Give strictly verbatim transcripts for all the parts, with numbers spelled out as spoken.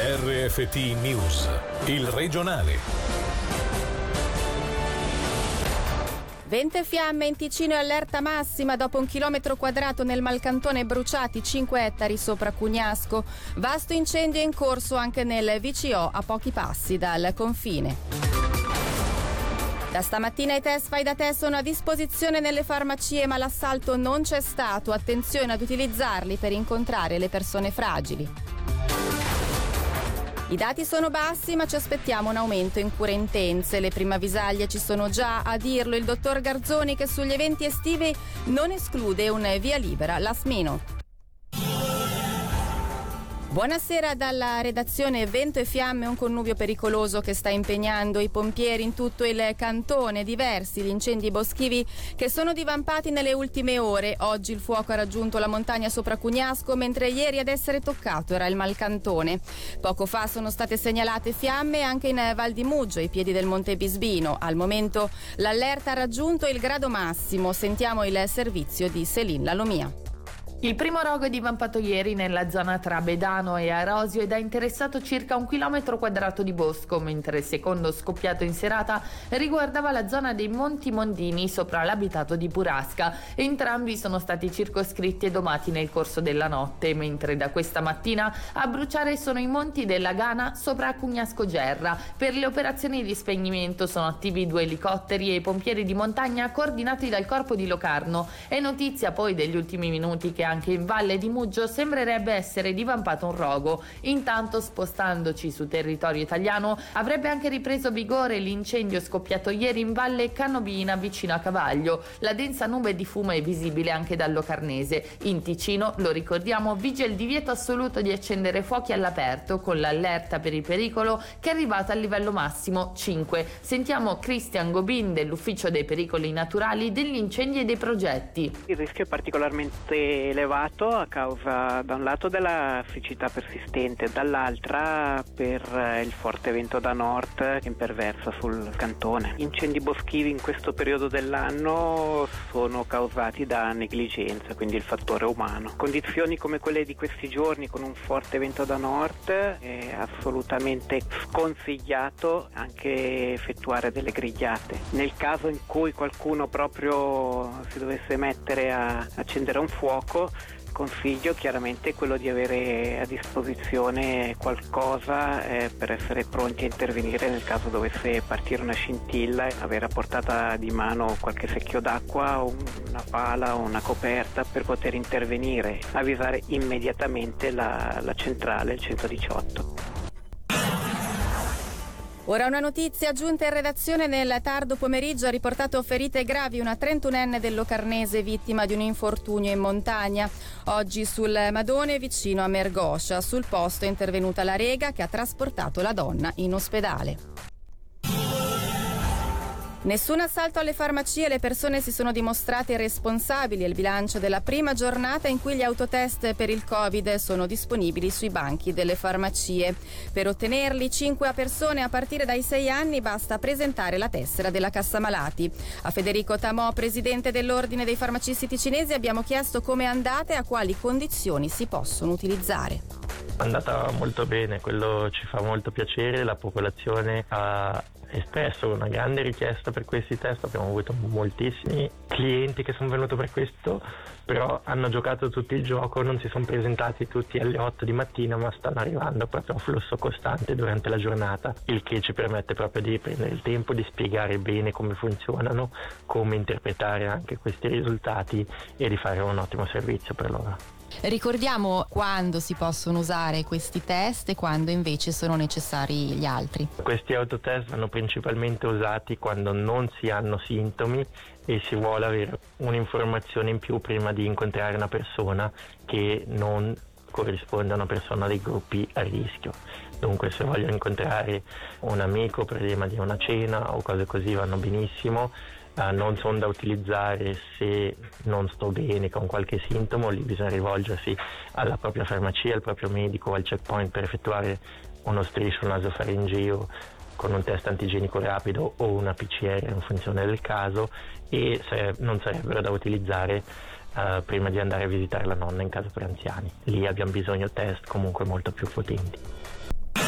R F T News, il regionale. Vento e fiamme in Ticino e allerta massima dopo un chilometro quadrato nel Malcantone bruciati cinque ettari sopra Cugnasco. Vasto incendio in corso anche nel V C O a pochi passi dal confine. Da stamattina i test fai da te sono a disposizione nelle farmacie, ma l'assalto non c'è stato. Attenzione ad utilizzarli per incontrare le persone fragili. I dati sono bassi, ma ci aspettiamo un aumento in cure intense. Le prime avvisaglie ci sono già, a dirlo il dottor Garzoni, che sugli eventi estivi non esclude un via libera last minute. Buonasera dalla redazione. Vento e fiamme, un connubio pericoloso che sta impegnando i pompieri in tutto il cantone. Diversi gli incendi boschivi che sono divampati nelle ultime ore. Oggi il fuoco ha raggiunto la montagna sopra Cugnasco, mentre ieri ad essere toccato era il Malcantone. Poco fa sono state segnalate fiamme anche in Val di Muggio, ai piedi del Monte Bisbino. Al momento l'allerta ha raggiunto il grado massimo. Sentiamo il servizio di Selin Lalomia. Il primo rogo è divampato ieri nella zona tra Bedano e Arosio ed ha interessato circa un chilometro quadrato di bosco, mentre il secondo, scoppiato in serata, riguardava la zona dei Monti Mondini sopra l'abitato di Burasca. Entrambi sono stati circoscritti e domati nel corso della notte, mentre da questa mattina a bruciare sono i monti della Gana sopra Cugnasco Gerra. Per le operazioni di spegnimento sono attivi due elicotteri e i pompieri di montagna coordinati dal corpo di Locarno. È notizia poi degli ultimi minuti che anche in Valle di Muggio sembrerebbe essere divampato un rogo. Intanto, spostandoci su territorio italiano, avrebbe anche ripreso vigore l'incendio scoppiato ieri in Valle Canobina vicino a Cavaglio. La densa nube di fumo è visibile anche dal Locarnese. In Ticino, lo ricordiamo, vige il divieto assoluto di accendere fuochi all'aperto, con l'allerta per il pericolo che è arrivata al livello massimo cinque. Sentiamo Christian Gobin dell'Ufficio dei Pericoli Naturali, degli Incendi e dei Progetti. Il rischio è particolarmente elevato a causa da un lato della siccità persistente, dall'altra per il forte vento da nord che imperversa sul cantone. Gli incendi boschivi in questo periodo dell'anno sono causati da negligenza, quindi il fattore umano. Condizioni come quelle di questi giorni con un forte vento da nord è assolutamente sconsigliato anche effettuare delle grigliate. Nel caso in cui qualcuno proprio si dovesse mettere a accendere un fuoco, consiglio chiaramente quello di avere a disposizione qualcosa eh, per essere pronti a intervenire nel caso dovesse partire una scintilla, avere a portata di mano qualche secchio d'acqua, una pala o una coperta per poter intervenire, avvisare immediatamente la, la centrale, il centodiciotto. Ora una notizia giunta in redazione nel tardo pomeriggio ha riportato ferite gravi una trentunenne del Locarnese vittima di un infortunio in montagna. Oggi sul Madone vicino a Mergoscia. Sul posto è intervenuta la Rega che ha trasportato la donna in ospedale. Nessun assalto alle farmacie, le persone si sono dimostrate responsabili. È il bilancio della prima giornata in cui gli autotest per il Covid sono disponibili sui banchi delle farmacie. Per ottenerli, cinque a persone a partire dai sei anni basta presentare la tessera della Cassa Malati. A Federico Tamò, presidente dell'Ordine dei farmacisti ticinesi, abbiamo chiesto come è andata e a quali condizioni si possono utilizzare. È andata molto bene, quello ci fa molto piacere, la popolazione ha espresso una grande richiesta per questi test, abbiamo avuto moltissimi clienti che sono venuti per questo, però hanno giocato tutto il gioco, non si sono presentati tutti alle otto di mattina, ma stanno arrivando proprio a flusso costante durante la giornata, il che ci permette proprio di prendere il tempo di spiegare bene come funzionano, come interpretare anche questi risultati e di fare un ottimo servizio per loro. Ricordiamo quando si possono usare questi test e quando invece sono necessari gli altri. Questi autotest vanno principalmente usati quando non si hanno sintomi e si vuole avere un'informazione in più prima di incontrare una persona che non corrisponde a una persona dei gruppi a rischio. Dunque, se voglio incontrare un amico prima di una cena o cose così vanno benissimo. Uh, non sono da utilizzare se non sto bene con qualche sintomo, lì bisogna rivolgersi alla propria farmacia, al proprio medico o al checkpoint per effettuare uno striscio nasofaringeo con un test antigenico rapido o una P C R in funzione del caso, e se, non sarebbero da utilizzare uh, prima di andare a visitare la nonna in casa per anziani. Lì abbiamo bisogno di test comunque molto più potenti.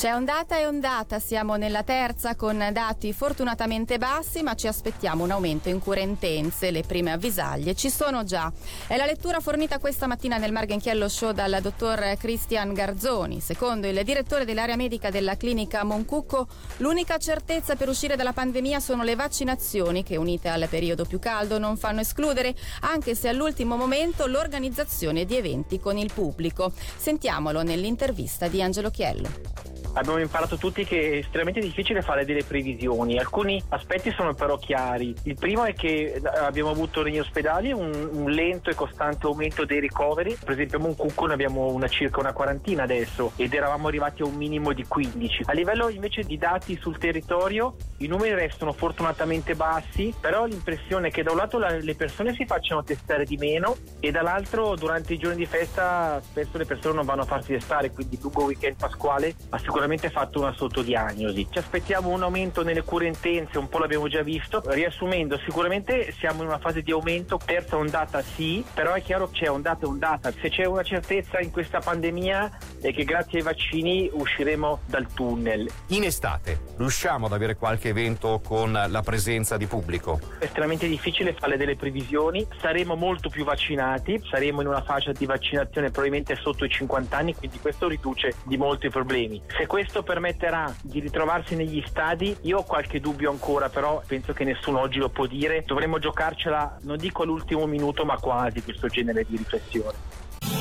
C'è ondata e ondata, siamo nella terza con dati fortunatamente bassi, ma ci aspettiamo un aumento in curentenze. Le prime avvisaglie ci sono già. È la lettura fornita questa mattina nel Marghenchiello Show dal dottor Cristian Garzoni. Secondo il direttore dell'area medica della clinica Moncucco, l'unica certezza per uscire dalla pandemia sono le vaccinazioni che, unite al periodo più caldo, non fanno escludere, anche se all'ultimo momento, l'organizzazione di eventi con il pubblico. Sentiamolo nell'intervista di Angelo Chiello. Abbiamo imparato tutti che è estremamente difficile fare delle previsioni. Alcuni aspetti sono però chiari. Il primo è che abbiamo avuto negli ospedali un, un lento e costante aumento dei ricoveri. Per esempio a Moncucco ne abbiamo una, circa una quarantina adesso ed eravamo arrivati a un minimo di quindici. A livello invece di dati sul territorio i numeri restano fortunatamente bassi, però l'impressione è che da un lato la, le persone si facciano testare di meno e dall'altro durante i giorni di festa spesso le persone non vanno a farsi testare, quindi il lungo weekend pasquale ha sicuramente fatto una sottodiagnosi. Ci aspettiamo un aumento nelle curentenze, un po' l'abbiamo già visto. Riassumendo, sicuramente siamo in una fase di aumento, terza ondata sì, però è chiaro che c'è ondata e ondata. Se c'è una certezza in questa pandemia è che grazie ai vaccini usciremo dal tunnel. In estate riusciamo ad avere qualche evento con la presenza di pubblico? È estremamente difficile fare delle previsioni. Saremo molto più vaccinati, saremo in una fascia di vaccinazione probabilmente sotto i cinquanta anni, quindi questo riduce di molto i problemi. Se questo permetterà di ritrovarsi negli stadi, io ho qualche dubbio ancora, però penso che nessuno oggi lo può dire. Dovremmo giocarcela, non dico all'ultimo minuto, ma quasi, questo genere di riflessione.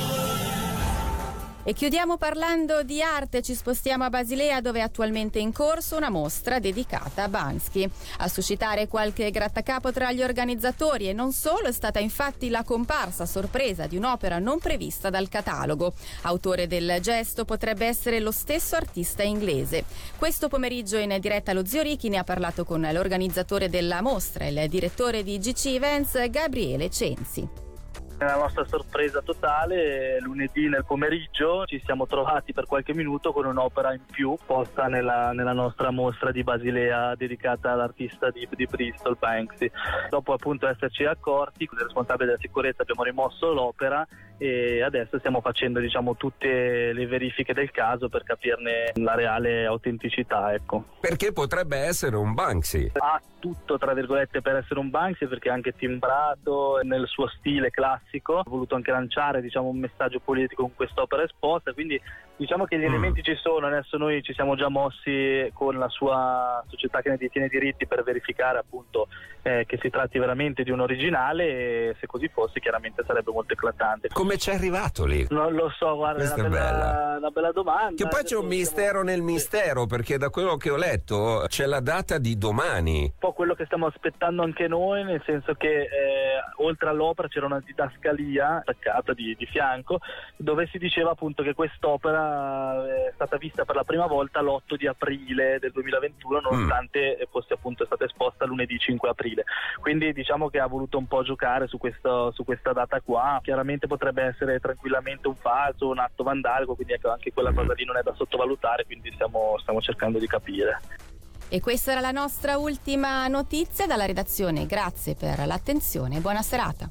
E chiudiamo parlando di arte, ci spostiamo a Basilea dove è attualmente in corso una mostra dedicata a Banksy. A suscitare qualche grattacapo tra gli organizzatori e non solo è stata infatti la comparsa a sorpresa di un'opera non prevista dal catalogo. Autore del gesto potrebbe essere lo stesso artista inglese. Questo pomeriggio in diretta allo Zio Ricky ne ha parlato con l'organizzatore della mostra, il direttore di G C Events Gabriele Censi. Nella nostra sorpresa totale, lunedì nel pomeriggio ci siamo trovati per qualche minuto con un'opera in più posta nella, nella nostra mostra di Basilea dedicata all'artista di, di Bristol, Banksy. Dopo appunto esserci accorti, con il responsabile della sicurezza abbiamo rimosso l'opera e adesso stiamo facendo diciamo tutte le verifiche del caso per capirne la reale autenticità, ecco. Perché potrebbe essere un Banksy? Ha tutto tra virgolette per essere un Banksy, perché è anche timbrato nel suo stile classico, ha voluto anche lanciare diciamo un messaggio politico con quest'opera esposta, quindi diciamo che gli mm. elementi ci sono. Adesso noi ci siamo già mossi con la sua società che ne detiene i diritti per verificare appunto eh, che si tratti veramente di un originale, e se così fosse chiaramente sarebbe molto eclatante. Come c'è arrivato lì? Non lo so, guarda, è una bella, una bella domanda. Che poi c'è un mistero nel mistero, perché da quello che ho letto c'è la data di domani. Un po' quello che stiamo aspettando anche noi, nel senso che eh, oltre all'opera c'era una didascalia attaccata di, di fianco dove si diceva appunto che quest'opera è stata vista per la prima volta l'otto di aprile del duemilaventuno, nonostante mm. fosse appunto stata esposta lunedì cinque aprile. Quindi diciamo che ha voluto un po' giocare su, questo, su questa data qua. Chiaramente potrebbe essere tranquillamente un falso, un atto vandalico, quindi ecco, anche quella cosa lì non è da sottovalutare, quindi stiamo, stiamo cercando di capire. E questa era la nostra ultima notizia dalla redazione. Grazie per l'attenzione e buona serata.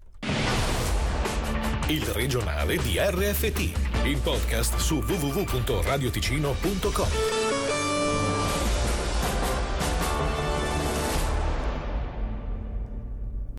Il regionale di R F T, il podcast su w w w punto radioticino punto com.